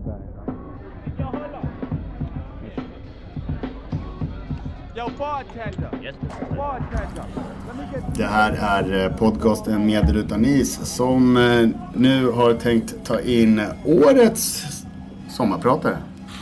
Det här är podcasten Med eller utan is som nu har tänkt ta in årets sommarpratare.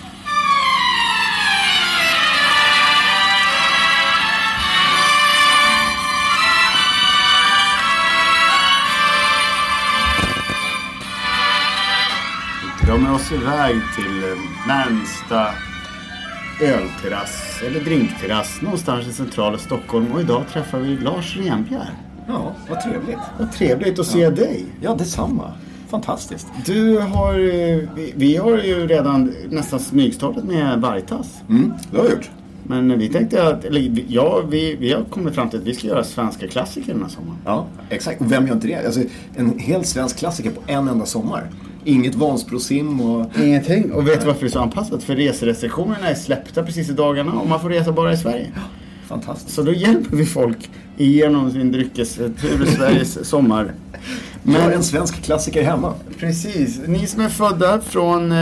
Vi drar oss iväg till närmsta ölterrass eller drinkterrass någonstans i centrala Stockholm, och idag träffar vi Lars Renbjer. Ja, vad trevligt. Vad trevligt att se dig. Ja, detsamma. Fantastiskt. Vi har ju redan nästan smygstartat med Vargtass. Det har vi gjort. Men vi tänkte att, vi har kommit fram till att vi ska göra svenska klassiker den här sommaren. Ja, exakt. Och vem gör inte det? Alltså, en helt svensk klassiker på en enda sommar. Inget Vansbrosim och... Ingenting. Och vet du varför det är så anpassat? För reserestriktionerna är släppta precis i dagarna och man får resa bara i Sverige. Ja, fantastiskt. Så då hjälper vi folk igenom sin dryckestur i Sveriges sommar. Men har en svensk klassiker hemma. Precis. Ni som är födda från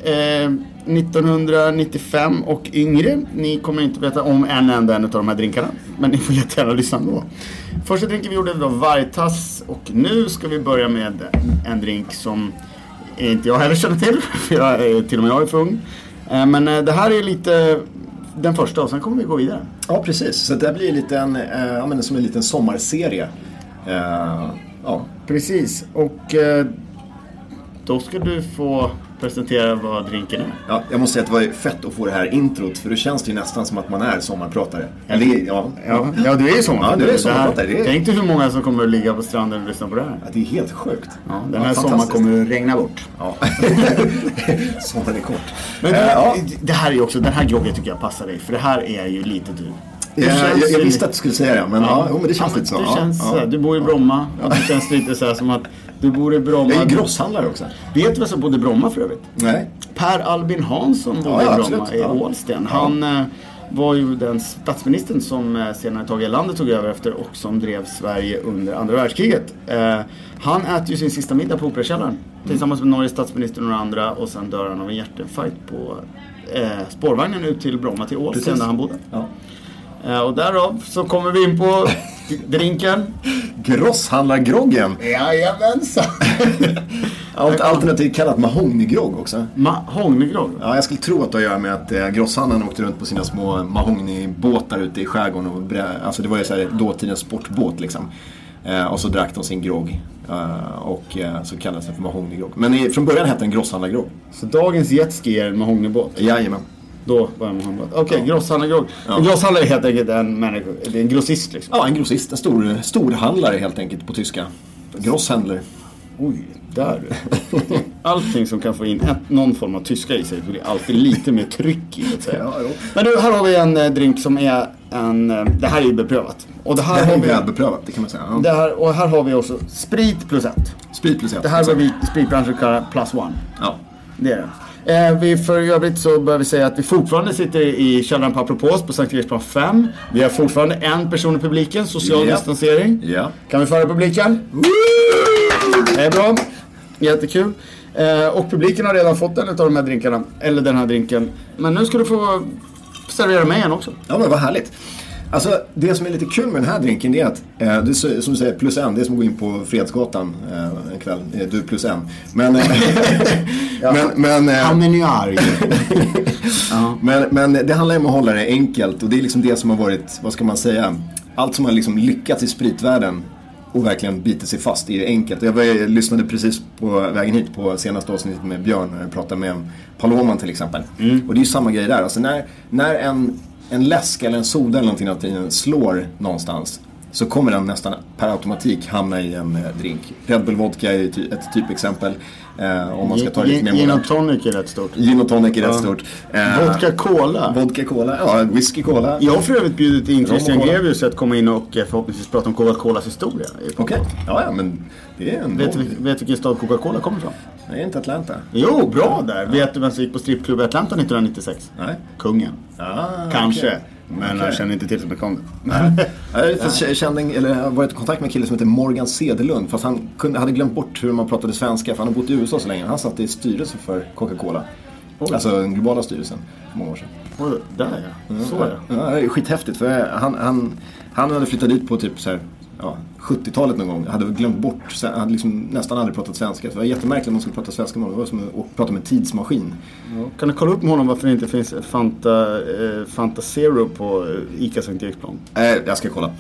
1995 och yngre, ni kommer inte veta om en av de här drinkarna. Men ni får jättegärna lyssna då. Första drinken vi gjorde var Vargtass, och nu ska vi börja med en drink som inte jag heller känner till, för till och med jag är för ung. Men det här är lite den första, och sen kommer vi gå vidare. Ja, precis. Så det blir lite som en liten sommarserie. Ja. Precis, och då ska du få presentera vad drinken är. Ja, jag måste säga att det var fett att få det här introt, för då känns det ju nästan som att man är sommarpratare. Ja, du är ju sommarpratare. Ja, du är sommarpratare. Tänk dig hur många som kommer att ligga på stranden och lyssna på det här. Ja, det är helt sjukt. Ja, den här sommaren kommer att regna bort. Ja. Sommaren är kort. Men det här är ju också, den här groggen tycker jag passar dig, för det här är ju lite du. Jag visste att du skulle säga det, men men det känns lite så. Du bor i Bromma, och det känns lite så här som att du bor i Bromma. Jag är grosshandlare också. Vet du vad som bodde i Bromma för övrigt? Nej. Per Albin Hansson bodde i Bromma i Ålsten. Han var ju den statsministern som senare Tage Erlander tog över efter, och som drev Sverige under andra världskriget. Han äter ju sin sista middag på Operakällaren tillsammans med Norges statsminister och några andra, och sen dör han av en hjärtinfarkt på spårvagnen ut till Bromma till Ålsten där han bodde. Ja. Och därav så kommer vi in på drinken. Grosshandlargroggen. Jajamensan. Alternativt kallat mahognygrogg också. Mahognygrogg? Ja, jag skulle tro att det har att göra med att grosshandlarna åkte runt på sina små mahognybåtar ute i skärgården. Alltså det var ju så här dåtidens sportbåt liksom. Och så drack de sin grogg. Och så kallades det för mahognygrogg. Men från början hette den grosshandlargrogg. Så dagens jetski är en mahognybåt? Jajamän. Då var man okej, grosshandlargrogg. En grosshandlare är helt enkelt en människa, det är en grossist liksom. Ja, en grossist, en storhandlare helt enkelt på tyska. Grosshändler. Oj, där. Allting som kan få in någon form av tyska i sig blir alltid lite mer tryck i, att säga. Men nu, här har vi en drink som är det här är ju beprövat. Och det här är väl beprövat, det kan man säga. Ja. Det här, och här har vi också sprit plus ett. Sprit plus ett. Det här var vi spritbranschen kallar plus one. Ja. Det är det. För övrigt så bör vi säga att vi fortfarande sitter i källaren på Apropos på Sankt Eriksplan 5. Vi har fortfarande en person i publiken, social distansering. Ja. Kan vi föra publiken? Det är bra, jättekul. Och publiken har redan fått en av de här drinkarna, eller den här drinken. Men nu ska du få servera mig en också. Ja, men vad härligt. Alltså, det som är lite kul med den här drinken är att det är, som du säger, plus en. Det är som att gå in på Fredsgatan en kväll. Du plus en. Men han är nu arg. Men det handlar om att hålla det enkelt. Och det är liksom det som har varit, vad ska man säga, allt som har liksom lyckats i spritvärlden och verkligen biter sig fast i det enkelt. Jag lyssnade precis på vägen hit på senaste avsnittet med Björn när jag pratade med Paloman till exempel. Och det är ju samma grej där. Alltså när en läsk eller en soda eller någonting av tiden slår någonstans, så kommer den nästan per automatik hamna i en drink. Red Bull vodka är ett typexempel. Om man ska ta det lite mer Gin och tonic är rätt stort. Gin och tonic är rätt stort. Vodka cola. Vodka cola, ja, whisky cola. Jag har för övrigt bjudit in Christian Grevius att komma in och förhoppningsvis prata om Coca-Colas historia. Okej, ja, men det är en... Vet du vilken stad Coca-Cola kommer ifrån? Nej, inte Atlanta. Jo, bra där. Vet du vem som gick på strippklubb i Atlanta 1996? Nej. Kungen. Kanske. Okay. Men jag känner inte till så mycket om det. Jag har varit i kontakt med en kille som heter Morgan Cederlund. Fast han hade glömt bort hur man pratade svenska. För han har bott i USA så länge. Han satt i styrelsen för Coca-Cola. Alltså den globala styrelsen för många år sedan. Där så är det. Ja, det är skithäftigt. För han hade flyttat dit på typ så här, 70-talet någon gång. Jag hade glömt bort. Han hade liksom nästan aldrig pratat svenska. Så det var jättemärkligt om man skulle prata svenska med honom. Det var som att prata med en tidsmaskin. Ja. Kan du kolla upp med honom varför det inte finns Fanta Zero på ICA Sankt Eriksplan? Jag ska kolla.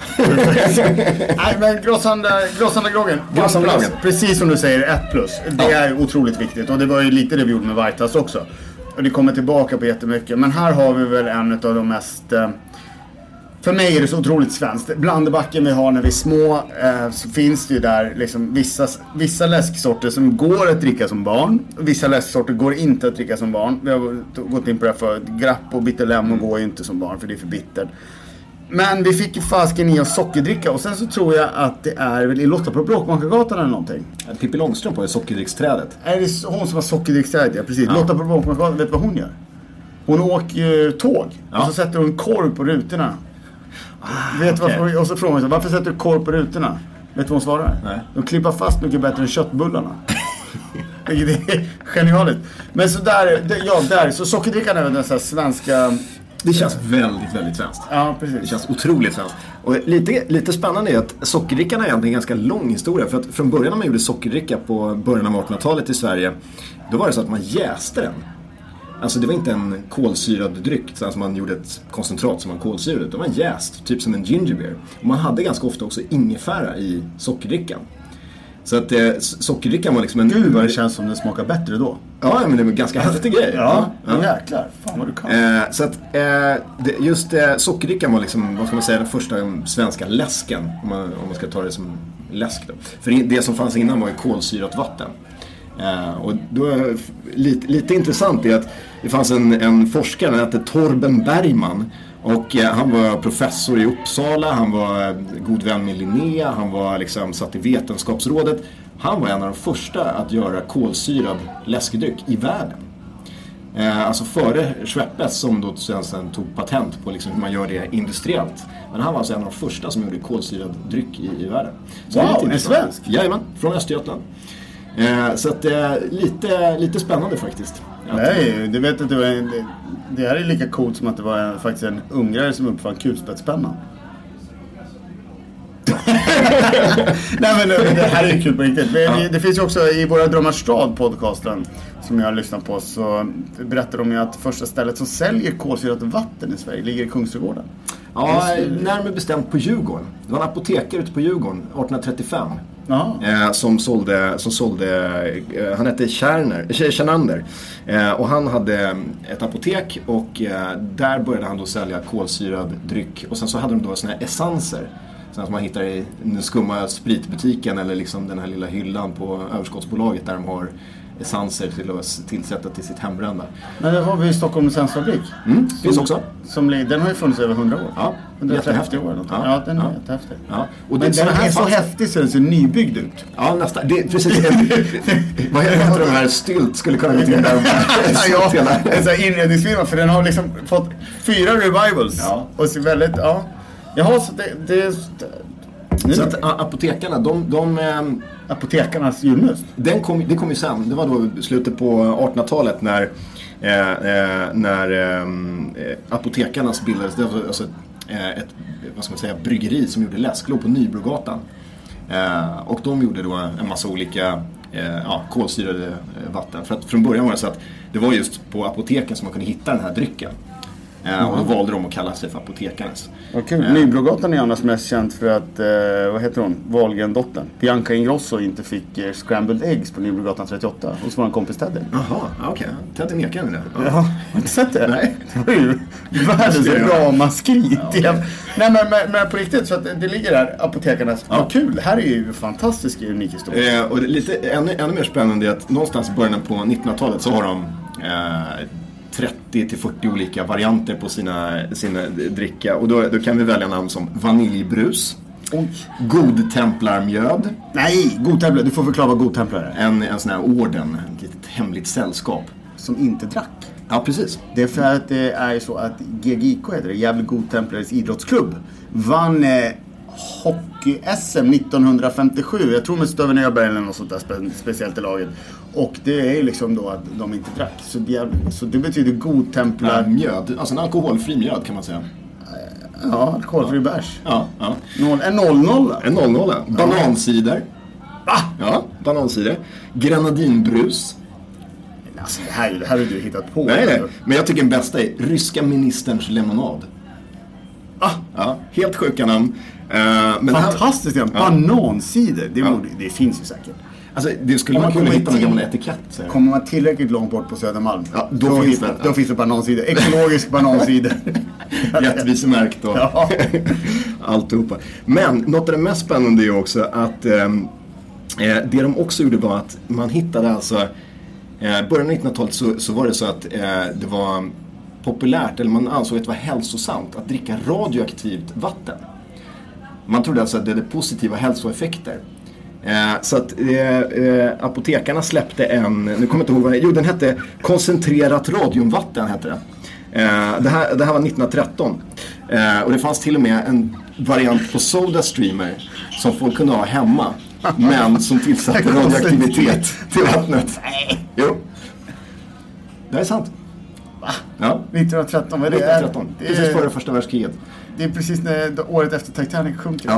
Nej, men Grosshandlargroggen. Precis som du säger, 1+. Det är otroligt viktigt. Och det var ju lite det vi gjorde med Vartas också. Och det kommer tillbaka på jättemycket. Men här har vi väl en av de mest... För mig är det så otroligt svenskt. Blandebacken vi har när vi är små så finns det ju där liksom vissa läsksorter som går att dricka som barn. Vissa läsksorter går inte att dricka som barn. Vi har gått in på det här för grapp och bitter lemon går ju inte som barn för det är för bittert. Men vi fick ju fasken i oss sockerdricka och sen så tror jag att det är väl i Lotta på Bråkmakargatan eller någonting. Pippi Långstrump har ju sockerdricksträdet. Är det hon som har sockerdricksträdet? Ja, precis. Ja. Lotta på Bråkmakargatan, vet du vad hon gör? Hon åker tåg och så sätter hon korv på rutorna. Vet varför, och så frågar hon varför sätter du korv på rutorna? Vet du vad hon svarar? Nej. De klippar fast mycket bättre än köttbullarna. Det är genialiskt. Men så där, så sockerdrickan är väl den så här svenska... Det känns väldigt, väldigt svenskt. Ja, precis. Det känns otroligt svenskt. Och lite spännande är att sockerdrickan är egentligen en ganska lång historia. För att från början när man gjorde sockerdricka på början av 1800-talet i Sverige, då var det så att man jäste den. Alltså det var inte en kolsyrad dryck så alltså man gjorde ett koncentrat som man kolsyrade. Det var en jäst, typ som en ginger beer. Och man hade ganska ofta också ingefära i sockerdrickan. Så att sockerdrickan var liksom en... Gud vad det känns som den smakar bättre då. Ja, men det var en ganska häftig grej. Ja, jäklar. Fan vad du kan. Så att just sockerdrickan var liksom, vad ska man säga, den första svenska läsken. Om man ska ta det som läsk då. För det som fanns innan var ju kolsyrat vatten. Och då lite intressant är att det fanns en forskare, han hette Torben Bergman. Och han var professor i Uppsala, han var god vän med Linnea, han var liksom satt i vetenskapsrådet. Han var en av de första att göra kolsyrad läskedryck i världen. Alltså före Schweppes som då sen tog patent på liksom hur man gör det industriellt. Men han var alltså en av de första som gjorde kolsyrad dryck i världen. Så wow, en svensk? Jajamän, från Östergötland. Så att det är lite spännande faktiskt. Nej, du vet att det här är lika coolt som att det var faktiskt en ungrare som uppfann kulspetspennan. Nej men det här är kul på riktigt. Det finns ju också i våra Drömmars stad podcasten som jag har lyssnat på, så berättar de ju att första stället som säljer kolsyrat vatten i Sverige ligger i Kungsträdgården. Ja, närmare bestämt på Djurgården. Det var en apotekare ute på Djurgården 1835. Som sålde han hette Tjernander och han hade ett apotek och där började han då sälja kolsyrad dryck och sen så hade de då såna här essenser som man hittar i den skumma spritbutiken eller liksom den här lilla hyllan på överskottsbolaget där de har essenser till att tillsätta till sitt hembrända. Men det har vi i Stockholms Essensfabrik. Finns också. Den har ju funnits över 100 år. Ja, 130 år. Ja, den är jättehäftig. Ja. Och men den är så häftig så den ser nybyggd ut. Ja, nästan. Det är precis. Vad heter de här Stylt skulle kunna gå till där. Ja, en sån här inredningsfirma för den har liksom fått 4 revivals. Ja. Och så väldigt, Jaha, så det så att apotekarna, apotekarnas julmust. Det kom ju sen. Det var då slutet på 1800-talet när apotekarnas bildades. Det var alltså ett, vad ska man säga, bryggeri som gjorde läsk, låg på Nybrogatan. Och de gjorde då en massa olika kolsyrade vatten. För att från början var det så att det var just på apoteken som man kunde hitta den här drycken. Och då valde de att kalla sig för apotekarnas. Okej, Nybrogatan är annars mest känt för att, vad heter hon? Wahlgren-dottern. Bianca Ingrosso inte fick scrambled eggs på Nybrogatan 38 hos vår kompis Teddy. Jaha, okej. Teddy nekar nu det. Ja, har du inte sett det? Nej. Det var ju världens ramaskri. Nej, men på riktigt, så att det ligger där, apotekarnas. Ja. Vad kul, det här är ju en fantastisk unik historia. Och lite ännu mer spännande är att någonstans i början på 1900-talet så har de 30-40 olika varianter på sina dricka. Och då kan vi välja namn som vaniljbrus, godtemplarmjöd. Nej, godtemplar, du får förklara vad godtemplar är. En sån här orden, ett litet hemligt sällskap. Som inte drack. Ja, precis. Det är för att det är ju så att GGIK heter det, Gävle Godtemplares idrottsklubb, vann hockey-SM 1957. Jag tror med Stöven Öberg eller något sånt där speciellt i laget. Och det är ju liksom då att de inte drack. Så det betyder godtemplar... Mjöd, alltså en alkoholfri mjöd kan man säga. Ja, alkoholfri bärs. Ja. En 0-0. En 0-0. Banansider. Ja, banansider. Grenadinbrus. Alltså, det här har du hittat på. Nej. Men jag tycker den bästa är ryska ministerns lemonad. Ja, helt sjuka namn. Men fantastiskt, banansider. Det finns ju säkert. Alltså, det skulle man kunna hitta en gammal etikett. Så. Kommer man tillräckligt långt bort på Södermalm, då finns det banansider. Ekologisk banansider. Rättvisemärkt och alltihopa. Men något av det mest spännande är ju också att det de också gjorde var att man hittade alltså början av 1900-talet så var det så att det var populärt, eller man ansåg att det var hälsosamt att dricka radioaktivt vatten. Man trodde alltså att det hade positiva hälsoeffekter. Så att apotekarna släppte nu kommer jag inte ihåg den hette koncentrerat radiumvatten hette det. Det här var 1913. Och det fanns till och med en variant på Soda Streamer som folk kunde ha hemma, men som tillsatte radioaktivitet till vattnet. Jo. Det är sant. Va? Ja. 1913, vad är det? 1913. Precis före första världskriget. Det är precis när året efter Titanic sjunker.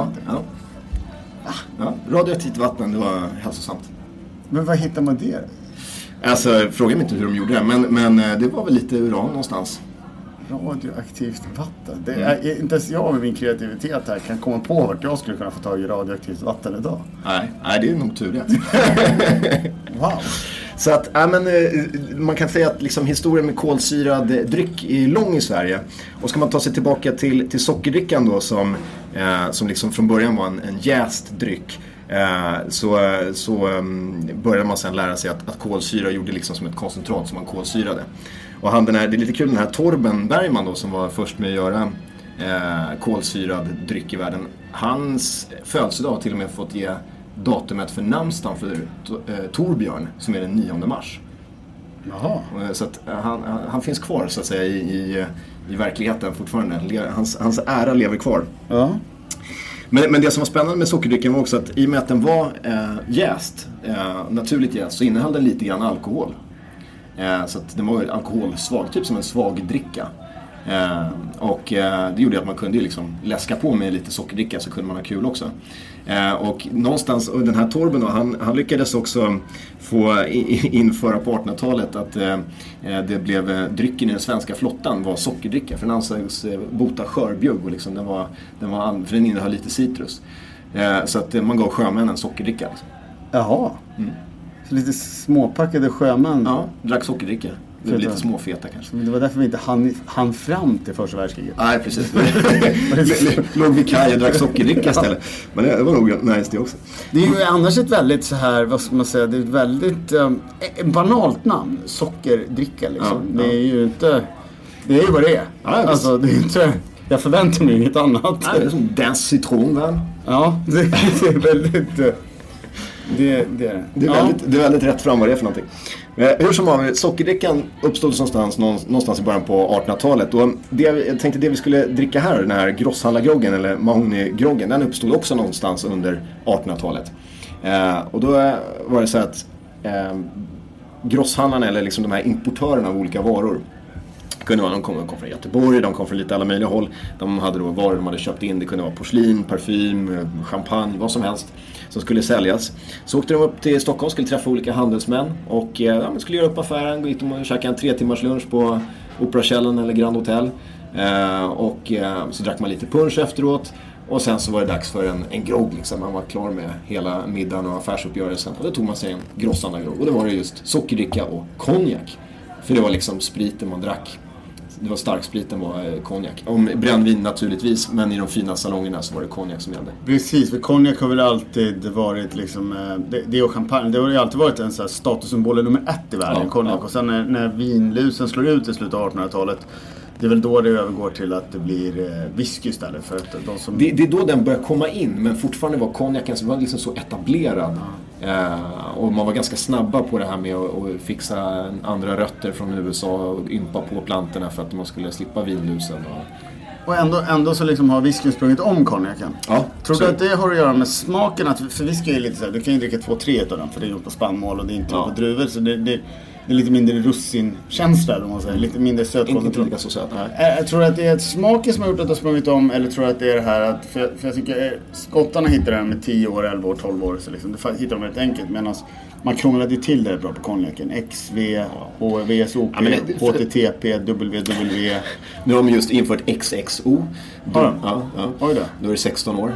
Ja. Radioaktivt vatten, det var hälsosamt. Men vad hittar man det? Alltså, fråga mig inte hur de gjorde det, men det var väl lite uran någonstans. Radioaktivt vatten. Det är inte ens jag med min kreativitet här kan komma på vart jag skulle kunna få tag i radioaktivt vatten idag. Nej, det är nog tur det. Wow. Så att, man kan säga att liksom, historien med kolsyrad dryck är lång i Sverige. Och ska man ta sig tillbaka till sockerdrickan då som liksom från början var en jäst dryck. Så började man sedan lära sig att kolsyra gjorde liksom som ett koncentrat som man kolsyrade. Och det är lite kul, den här Torben Bergman då, som var först med att göra kolsyrad dryck i världen. Hans födelsedag har till och med fått ge datumet för namnsdagen för Torbjörn, som är den 9 mars. Jaha. Så att han finns kvar så att säga i verkligheten fortfarande. Hans ära lever kvar. Ja. Men det som var spännande med sockerdrycken var också att i och med att den var jäst, naturligt jäst, så innehöll den lite grann alkohol. Så att den var alkoholsvag, typ som en svag dricka. Och det gjorde att man kunde liksom läska på med lite sockerdricka, så kunde man ha kul också. Och någonstans, och den här Torben då, han lyckades också få införa på 1800-talet att det blev drycken i den svenska flottan var sockerdricka, för den ansågs bota skörbjugg, och liksom för den innehöll lite citrus. Så att man gav sjömännen sockerdricka liksom. Jaha. Så lite småpackade sjömän. Ja, drack sockerdricka. Det är lite småfeta kanske. Det var därför vi inte hann fram till första världskriget. Nej, precis. Låg vid kaj och drack sockerdricka istället. Men det var nog nice det också. Det är ju annars ett väldigt så här, vad ska man säga, det är ett väldigt banalt namn. Sockerdricka liksom. Ja. Det är ju inte, det är ju vad det är. Ja, alltså det är inte, jag förväntar mig inget annat. Nej, det är som dans citron, va? Ja, det är väldigt... Det är väldigt rätt fram vad det är för någonting. Hur som helst, sockerdrickan uppstod någonstans i början på 1800-talet. Och jag tänkte det vi skulle dricka här, den här grosshandlargroggen eller mahognygroggen, den uppstod också någonstans under 1800-talet. Och då var det så att grosshandlarna, eller liksom de här importörerna av olika varor, de kom från Göteborg, de kom från lite alla möjliga håll. De hade då varor de hade köpt in. Det kunde vara porslin, parfym, champagne, vad som helst som skulle säljas. Så åkte de upp till Stockholm, skulle träffa olika handelsmän och skulle göra upp affären, gå hit och käka en 3 timmars lunch på Operakällaren eller Grand Hotel. Och så drack man lite punch efteråt. Och sen så var det dags för en grogg liksom. Man var klar med hela middagen och affärsuppgörelsen. Och då tog man sig en grosshandlargrogg. Och det var det just sockerdricka och konjak. För det var liksom spriten man drack. Det var starkspriten var konjak. Och brännvin naturligtvis, men i de fina salongerna så var det konjak som gällde. Precis, för konjak har väl alltid varit liksom, det och champagne, det har ju alltid varit en så här statussymbol nummer 1 i världen, konjak. Ja. Och sen när vinlusen slår ut i slutet av 1800-talet, Det är väl då det övergår till att det blir whisky istället. För att de som... det är då den börjar komma in, men fortfarande var konjaken var liksom så etablerad. Och man var ganska snabba på det här med att fixa andra rötter från USA och ympa på plantorna för att man skulle slippa vinlusen. Och ändå så liksom har whiskyn sprungit om konjaken. Ja, tror du att det har att göra med smaken? För whisky är lite så här, du kan ju dricka 2-3 av den, för det är gjort på spannmål och det är inte gjort på druvor. Så det är lite mindre russinkänsla, om man säger. Lite mindre sötkoncentrat. Inte lika så söt. Jag tror att det är smaken som har gjort att det har sprungit om, eller tror att det är det här att, för jag tycker skottarna hittar den med 10 år, 11 år, 12 år, så liksom, det hittar de väldigt enkelt, medan man krånglade till det bra på konjaken. XV, HV, SOP, HTTP, WW. Nu har de just infört XXO. Ja. Oj då. Då är det 16 år.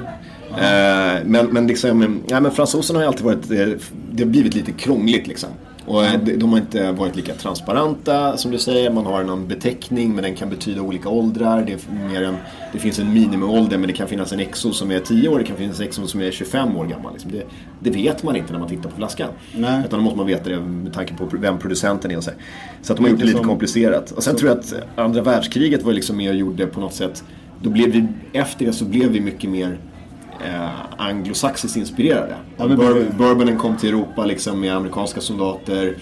Men liksom, men fransoserna har ju alltid varit, det har blivit lite krångligt liksom. Och de har inte varit lika transparenta som du säger. Man har en beteckning, men den kan betyda olika åldrar. Det finns en minimiålder, men det kan finnas en exo som är 10 år. Det kan finnas en exo som är 25 år gammal liksom. Det vet man inte när man tittar på flaskan. Nej. Utan då måste man veta det med tanke på vem producenten är och så att de har gjort det lite komplicerat. Och sen tror jag att andra världskriget var liksom mer och gjorde på något sätt. Då blev vi, efter det så blev vi mycket mer anglosaxiskt inspirerade. Bourbonen kom till Europa liksom med amerikanska soldater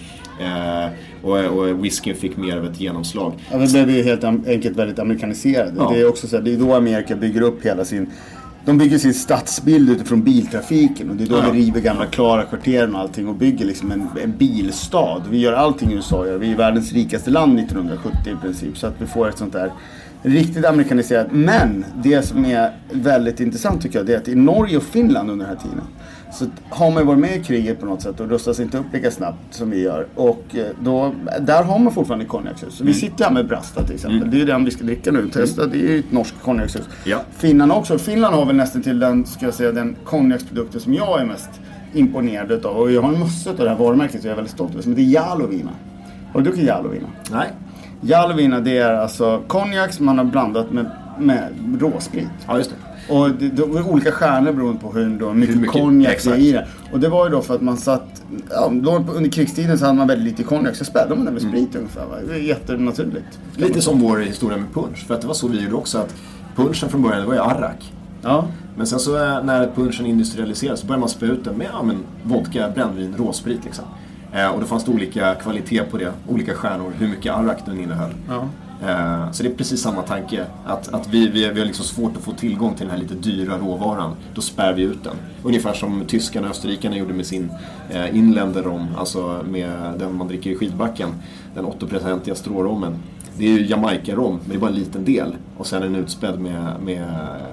och whiskyn fick mer av ett genomslag. Ja, det blev ju helt enkelt väldigt amerikaniserade. Ja. Det är också så här, det är då Amerika bygger upp hela de bygger sin stadsbild utifrån biltrafiken, och det är då vi river gamla klara kvarteren och allting och bygger liksom en bilstad. Vi gör allting i USA. Vi är världens rikaste land 1970 i princip, så att vi får ett sånt där riktigt amerikaniserat. Men det som är väldigt intressant tycker jag, det är att i Norge och Finland under den här tiden så har man varit med i kriget på något sätt och rustas inte upp lika snabbt som vi gör. Och där har man fortfarande konjakshus. Så vi sitter här med Brasta till exempel. Det är ju den vi ska dricka nu. Testa, det är ju ett norskt konjakshus. Ja. Finland också. Finland har väl nästan till den konjaksprodukten som jag är mest imponerad utav. Och jag har en massa av det här varumärket som jag är väldigt stolt över, som heter Jäälovina. Har du druckit Jäälovina? Nej. Jäälovina, det är alltså konjak som man har blandat med råsprit. Ja, just det. Och det är olika stjärnor beroende på hur mycket konjak det är i det. Och det var ju då för att man satt, under krigstiden så hade man väldigt lite konjak, så spädde man det med sprit ungefär. Va? Det är jättenaturligt. Lite som vår historia med punch, för att det var så vi gjorde också, att punchen från början, det var ju arrak. Ja. Men sen så när punchen industrialiserades så började man spä ut den med vodka, brännvin, råsprit liksom. Och det fanns olika kvalitet på det, olika stjärnor, hur mycket arrak den innehöll. Ja. Så det är precis samma tanke, att vi har liksom svårt att få tillgång till den här lite dyra råvaran. Då spär vi ut den. Ungefär som tyskarna och österrikarna gjorde med sin inländerrom, alltså med den man dricker i skidbacken, den 8% strårommen. Det är ju Jamaica-rom, men det är bara en liten del. Och sen är den utspädd med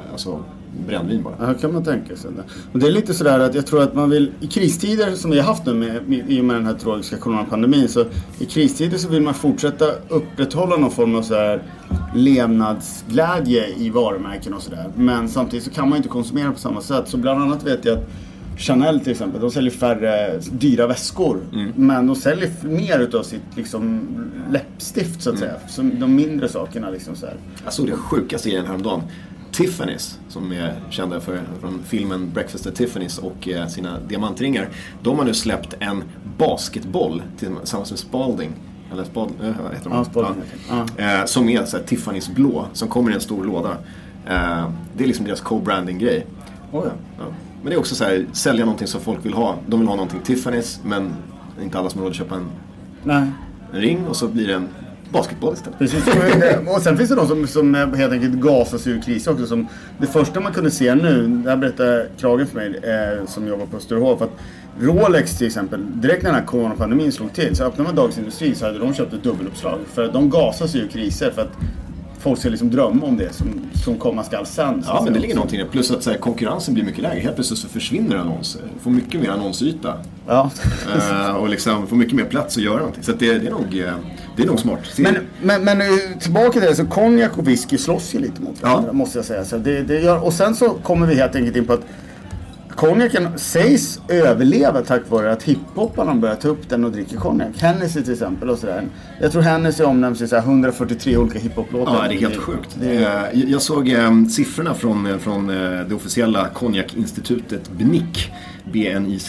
brännvin bara. Ja, kan man tänka sig det. Och det är lite sådär att jag tror att man vill, i kristider som vi har haft nu i och med den här tragiska coronapandemin, så i kristider så vill man fortsätta upprätthålla någon form av så här levnadsglädje i varumärken och sådär. Men samtidigt så kan man inte konsumera på samma sätt. Så bland annat vet jag att Chanel till exempel, de säljer färre dyra väskor, men de säljer mer utav sitt liksom läppstift så att säga, som de mindre sakerna liksom så här. Jag såg det sjukaste grejen häromdagen. Tiffany's, som är kända från filmen Breakfast at Tiffany's och sina diamantringar, de har nu släppt en basketboll tillsammans med Spalding. Eller Spalding, heter de? Ja, Spalding. Ja. Som är så här, Tiffany's blå, som kommer i en stor låda. Det är liksom deras co-branding-grej. Oh, ja. Ja. Men det är också så här, sälja någonting som folk vill ha. De vill ha någonting Tiffany's, men inte alla som har råd att köpa en ring, och så blir det en basketboll istället. Precis. Och sen finns det de som helt enkelt gasas ur kris också. Som det första man kunde se nu, där berättade Kragen för mig som jobbar på Österhof, att Rolex till exempel, direkt när den här coronapandemin slog till, så öppnade man Dagens Industri, så hade de köpt ett dubbeluppslag. För att de gasas ur kriser, för att folk ska liksom drömma om det som komma skall sen. Ja, men det ligger någonting i det. Plus att så här, konkurrensen blir mycket lägre. Helt plötsligt så försvinner annonser. Får mycket mer annonsyta. Ja. Och liksom får mycket mer plats att göra någonting. Så att det är nog smart. Men tillbaka till det, så konjak och whisky slåss ju lite mot varandra, måste jag säga. Så det gör, och sen så kommer vi helt enkelt in på att konjaken sägs överleva tack vare att hiphopparna börjar ta upp den och dricker konjak. Hennessy till exempel och sådär. Jag tror Hennessy omnämns i så här 143 olika hiphoplåtar. Ja, det är helt sjukt. Jag såg siffrorna från det officiella konjakinstitutet BNIC.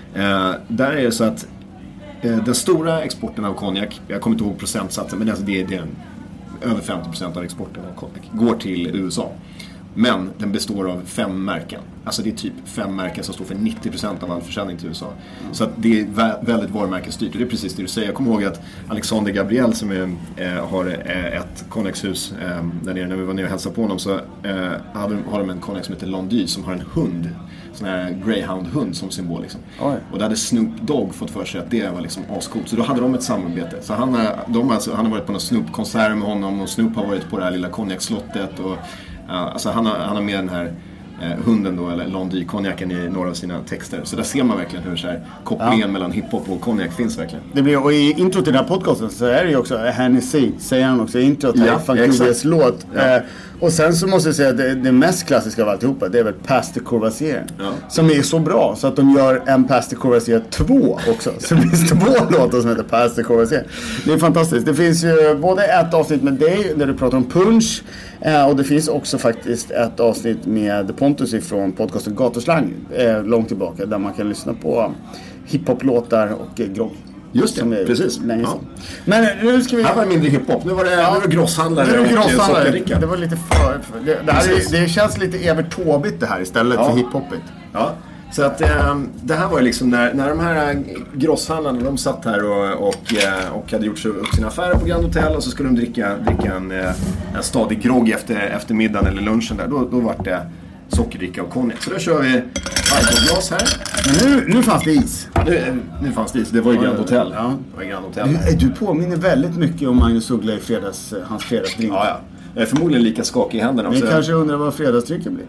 Där är det så att den stora exporten av konjak, jag kommer inte ihåg procentsatsen, men alltså det är över 50% av exporten av konjak går till USA. Men den består av 5 märken. Alltså det är typ 5 märken som står för 90% av all försäljning till USA. Så att det är väldigt varumärkesstyrt. Och det är precis det du säger. Jag kommer ihåg att Alexander Gabriel som har ett konjakshus där nere, när vi var nere och hälsade på honom, så har de en konjak som heter Landy som har en hund. Sån här greyhound-hund som symbol liksom. Och där hade Snoop Dogg fått för sig att det var liksom ascoolt. Så då hade de ett samarbete. Så han har varit på någon Snoop-konsert med honom, och Snoop har varit på det här lilla konjakslottet, och alltså han har med den här hunden då, eller Landy-konjaken, i några av sina texter. Så där ser man verkligen hur så här, kopplingen mellan hiphop och konjak finns verkligen. Det blir, och i intro till den här podcasten så är det ju också Hennessy, säger han också i introt här, Fankubias låt. Och sen så måste jag säga att det mest klassiska av alltihopa, det är väl Pastor Courvoisier. Som är så bra så att de gör en Pastor Courvoisier 2 också. Så det finns 2 låtar som heter Pastor Courvoisier. Det är fantastiskt. Det finns ju både ett avsnitt med dig där du pratar om punch, och det finns också faktiskt ett avsnitt med Pontus ifrån podcasten Gatuslang långt tillbaka, där man kan lyssna på hiphop-låtar och grogg. Just det, precis. Men nu ska vi... Här var det mindre hiphop, nu var det grosshandlare och sockerdricka. Det var lite det känns lite Evert Taubigt det här istället för hiphopigt. Ja, så att det här var ju liksom när de här grosshandlarna, de satt här och hade gjort upp sina affärer på Grand Hotel, och så skulle de dricka en stadig grogg efter middagen eller lunchen där. Då var det sockerdricka och konjak. Så då kör vi glas här. Men nu fanns det is. Nu fanns det is. Det var ju Grand Hotel. Ja. Det var Grand Hotel. Du påminner väldigt mycket om Magnus Uggla i hans fredagsdrink. Ja. Jag är förmodligen lika skakig i händerna. Vi kanske undrar vad fredagsdrycken blir.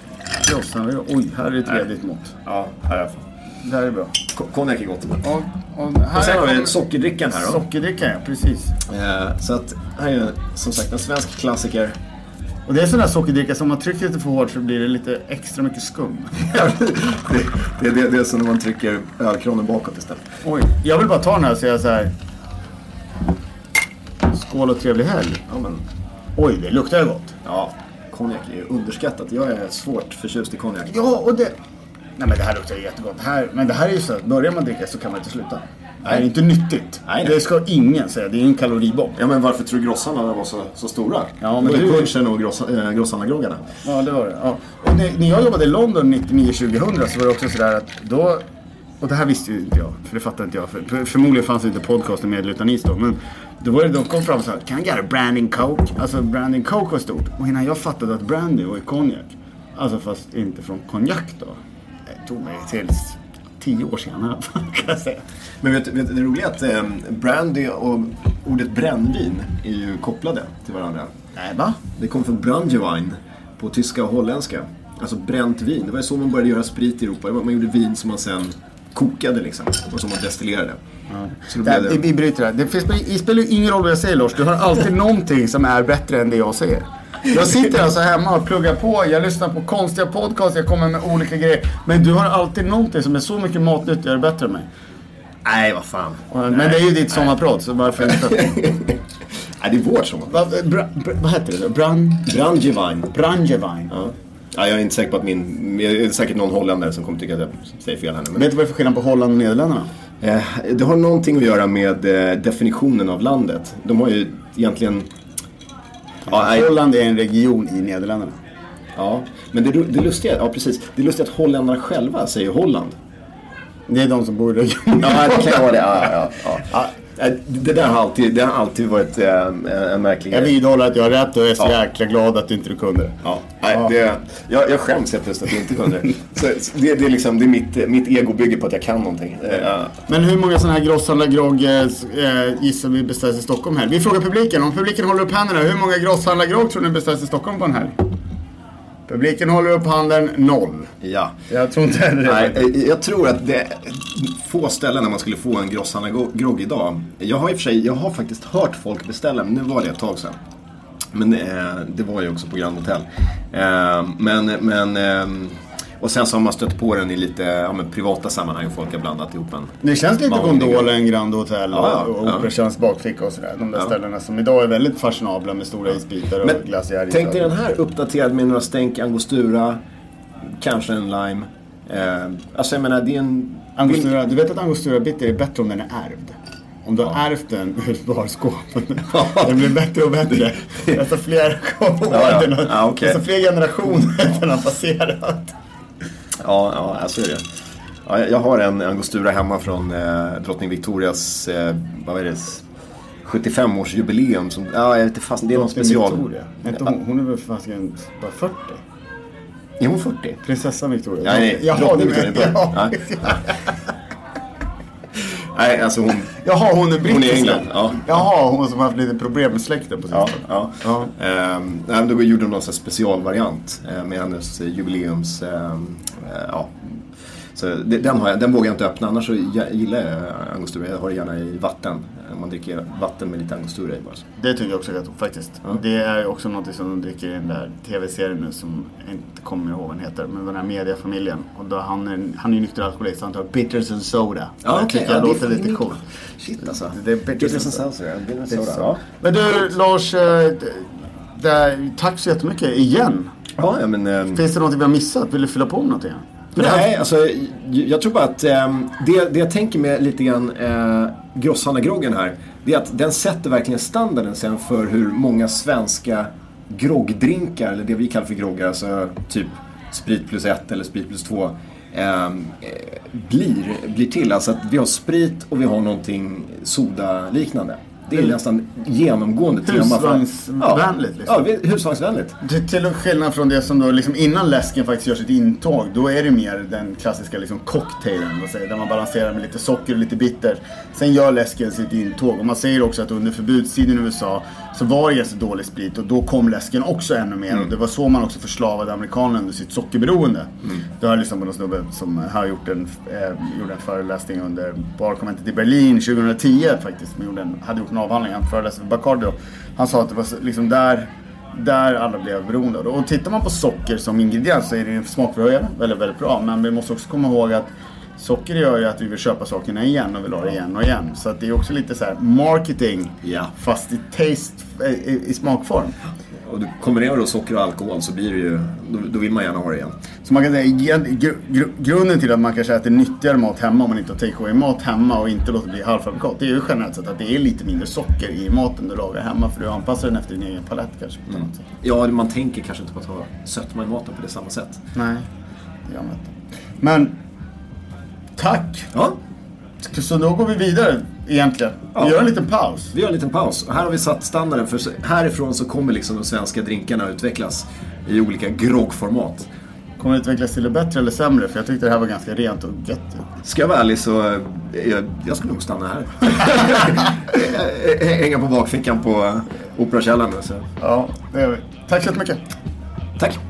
Oj, här är ett redigt mått. Ja, här är det här är bra. Konjak är gott. Och sen har vi sockerdrickan här då. Sockerdrickan, ja, precis. Så att här är som sagt en svensk klassiker. Och det är sån där sockerdricka som man trycker lite för hårt så blir det lite extra mycket skum. det är som när man trycker ölkronen bakåt istället. Oj, jag vill bara ta den här och säga så här. Skål och trevlig helg. Ja, men... Oj, det luktar gott. Ja, konjak är underskattat. Jag är svårt förtjust i konjak. Ja, och det... Nej, men det här luktar jättegott. Men det här är ju så att börjar man dricka så kan man inte sluta. Det är inte nyttigt. Nej. Det ska ingen säga. Det är en kaloribomb. Ja, men varför tror grossarna var så stora? Ja, men det var punchen och grossarna-groggarna. Ja, det var det. Ja. Och när jag jobbade i London 99-2000 så var det också sådär att då... Och det här visste ju inte jag, för det fattade inte jag. Förmodligen fanns det inte podcasten med utan is då. Men då var det, de kom fram och sa, can I get a branding coke? Alltså branding coke var stort. Och innan jag fattade att brandy var konjak. Alltså fast inte från konjak då. Det tog mig till 10 år senare kan jag säga. Men vet du, det roliga är att brandy och ordet brännvin är ju kopplade till varandra. Nej, va? Det kom från Brandywein på tyska och holländska. Alltså bränt vin. Det var så man började göra sprit i Europa. Man gjorde vin som man sen kokade liksom. Och som man destillerade. Så då blev det... Vi bryter det här. Det spelar ju ingen roll vad jag säger, Lars. Du har alltid någonting som är bättre än det jag säger. Jag sitter alltså hemma och pluggar på. Jag lyssnar på konstiga podcasts. Jag kommer med olika grejer. Men du har alltid någonting som är så mycket matnyttigare bättre än mig. Nej, vad fan. Men det är ju ditt sommarprat, så varför inte? Nej, det är vårt sommarprat. Vad heter det? Brandywein. Ja, jag är inte säker på att det är säkert någon holländare som kommer tycka att jag säger fel här nu. Men vet du vad det är för skillnad på Holland och Nederländerna? Det har någonting att göra med definitionen av landet. De har ju egentligen... Holland är en region i Nederländerna. Ja, men det lustiga, ja precis. Det är lustigt att holländarna själva säger Holland. Det är de som bor i regionen. Ja, det kan vara det. Ja. Det har alltid varit en märklig grej. Jag vidhåller att jag har rätt och är så jäkla glad att du inte kunde det. Jag skäms helt plötsligt att jag inte kunde det. Så det är liksom, det är mitt ego bygger på att jag kan någonting. Men hur många sådana här grosshandlargrogg gissar vi beställs i Stockholm här? Vi frågar publiken. Om publiken håller upp händerna, hur många grosshandlargrogg tror ni beställs i Stockholm på en helg? Publiken håller upp handen 0. Ja. Jag tror inte det. Nej, jag tror att det är få ställen när man skulle få en grosshandlargrogg idag. Jag har faktiskt hört folk beställa, men nu var det ett tag sedan. Men det var ju också på Grand Hotel. Och sen så har man stött på den i lite privata sammanhang och folk har blandat ihop en. Det känns lite gondolen, Grand Hotel och Operatjänst bakficka och sådär. De där ställena som idag är väldigt fashionabla med stora isbitar och glaciär. Tänk dig den här uppdaterad med några stänk angostura, kanske en lime. Alltså jag menar, det är en... Angostura, du vet att angostura bitter är bättre om den är ärvd. Om du har ärvt den ur barskåpen. Den blir bättre och bättre. Desto fler desto fler generationer den har passerat. Ja, så är det. Ja, jag har en angostura hemma från drottning Victorias 75-årsjubileum som, jag vet inte fast det är någon special. Hon är väl fast bara 40. Är hon 40? Prinsessan Victoria. Nej, drottning Victoria. Nej, alltså hon... Jaha, hon är brittisk. Hon är England, ja. Jaha, hon som har haft lite problem med släkten på sistone. Ja. Då gjorde de någon sån specialvariant med hennes jubileums... Så den vågar jag inte öppna, annars så gillar jag angostura. Jag har det gärna i vatten. Man dricker vatten med lite angostura i bara. Det tycker jag också är gott faktiskt. Ja. Det är också något som de dricker i den där tv-serien nu som jag inte kommer ihåg vad den heter. Men den här mediafamiljen. Och då han är nykter alkoholist, så han tar bitters and soda. Ja, okej. Det låter lite coolt. Shit alltså. Det är bitters and soda. Ja. Men du Lars, tack så jättemycket igen. Ja, men... Finns det något vi har missat? Vill du fylla på någonting? Nej, alltså jag tror bara att det jag tänker med lite grann Grosshanna-groggen här, det är att den sätter verkligen standarden sen för hur många svenska groggdrinkar, eller det vi kallar för groggar, alltså typ sprit plus 1 eller sprit plus 2 blir till. Alltså att vi har sprit och vi har någonting soda-liknande. Det är nästan genomgående tema. Husvagnsvänligt liksom. Ja, husvagnsvänligt. Till skillnad från det som då liksom innan läsken faktiskt gör sitt intåg, då är det mer den klassiska liksom cocktailen, där man balanserar med lite socker och lite bitter. Sen gör läsken sitt intåg, och man säger också att under förbudstiden i USA så var det ganska dålig sprit, och då kom läsken också ännu mer. Och det var så man också förslavade amerikanerna under sitt sockerberoende. Det har liksom en snubbe som har gjorde en föreläsning under barkonventet i Berlin 2010 faktiskt, men hade gjort en avhandling, han föreläste för Bacardi. Han sa att det var liksom där alla blev beroende. Och tittar man på socker som ingrediens så är det en smakförhöjare väldigt, väldigt bra. Men vi måste också komma ihåg att socker gör ju att vi vill köpa sakerna igen och vill ha det igen och igen. Så att det är också lite så här marketing, fast i taste, i smakform. Och du kombinerar då socker och alkohol så blir det ju, då vill man gärna ha det igen. Så man kan säga, grunden till att man kanske äter nyttigare mat hemma om man inte har take-away-mat hemma och inte låter bli halvfabrikat, det är ju generellt sett att det är lite mindre socker i maten du lagar hemma, för du anpassar den efter din egen palett kanske på något sätt. Ja, man tänker kanske inte på att ha sötma i maten på det samma sätt. Nej, det gör man inte. Men, tack! Ja. Så då går vi vidare egentligen. Vi gör en liten paus. Vi gör en liten paus. Och här har vi satt standarden, för härifrån så kommer liksom de svenska drinkarna utvecklas i olika groggformat. Kommer det utvecklas till det bättre eller sämre? För jag tyckte det här var ganska rent och gött. Ska jag vara ärlig så jag skulle nog stanna här. Hänga på bakfickan på Operakällaren. Så. Ja, det gör vi. Tack så mycket. Tack.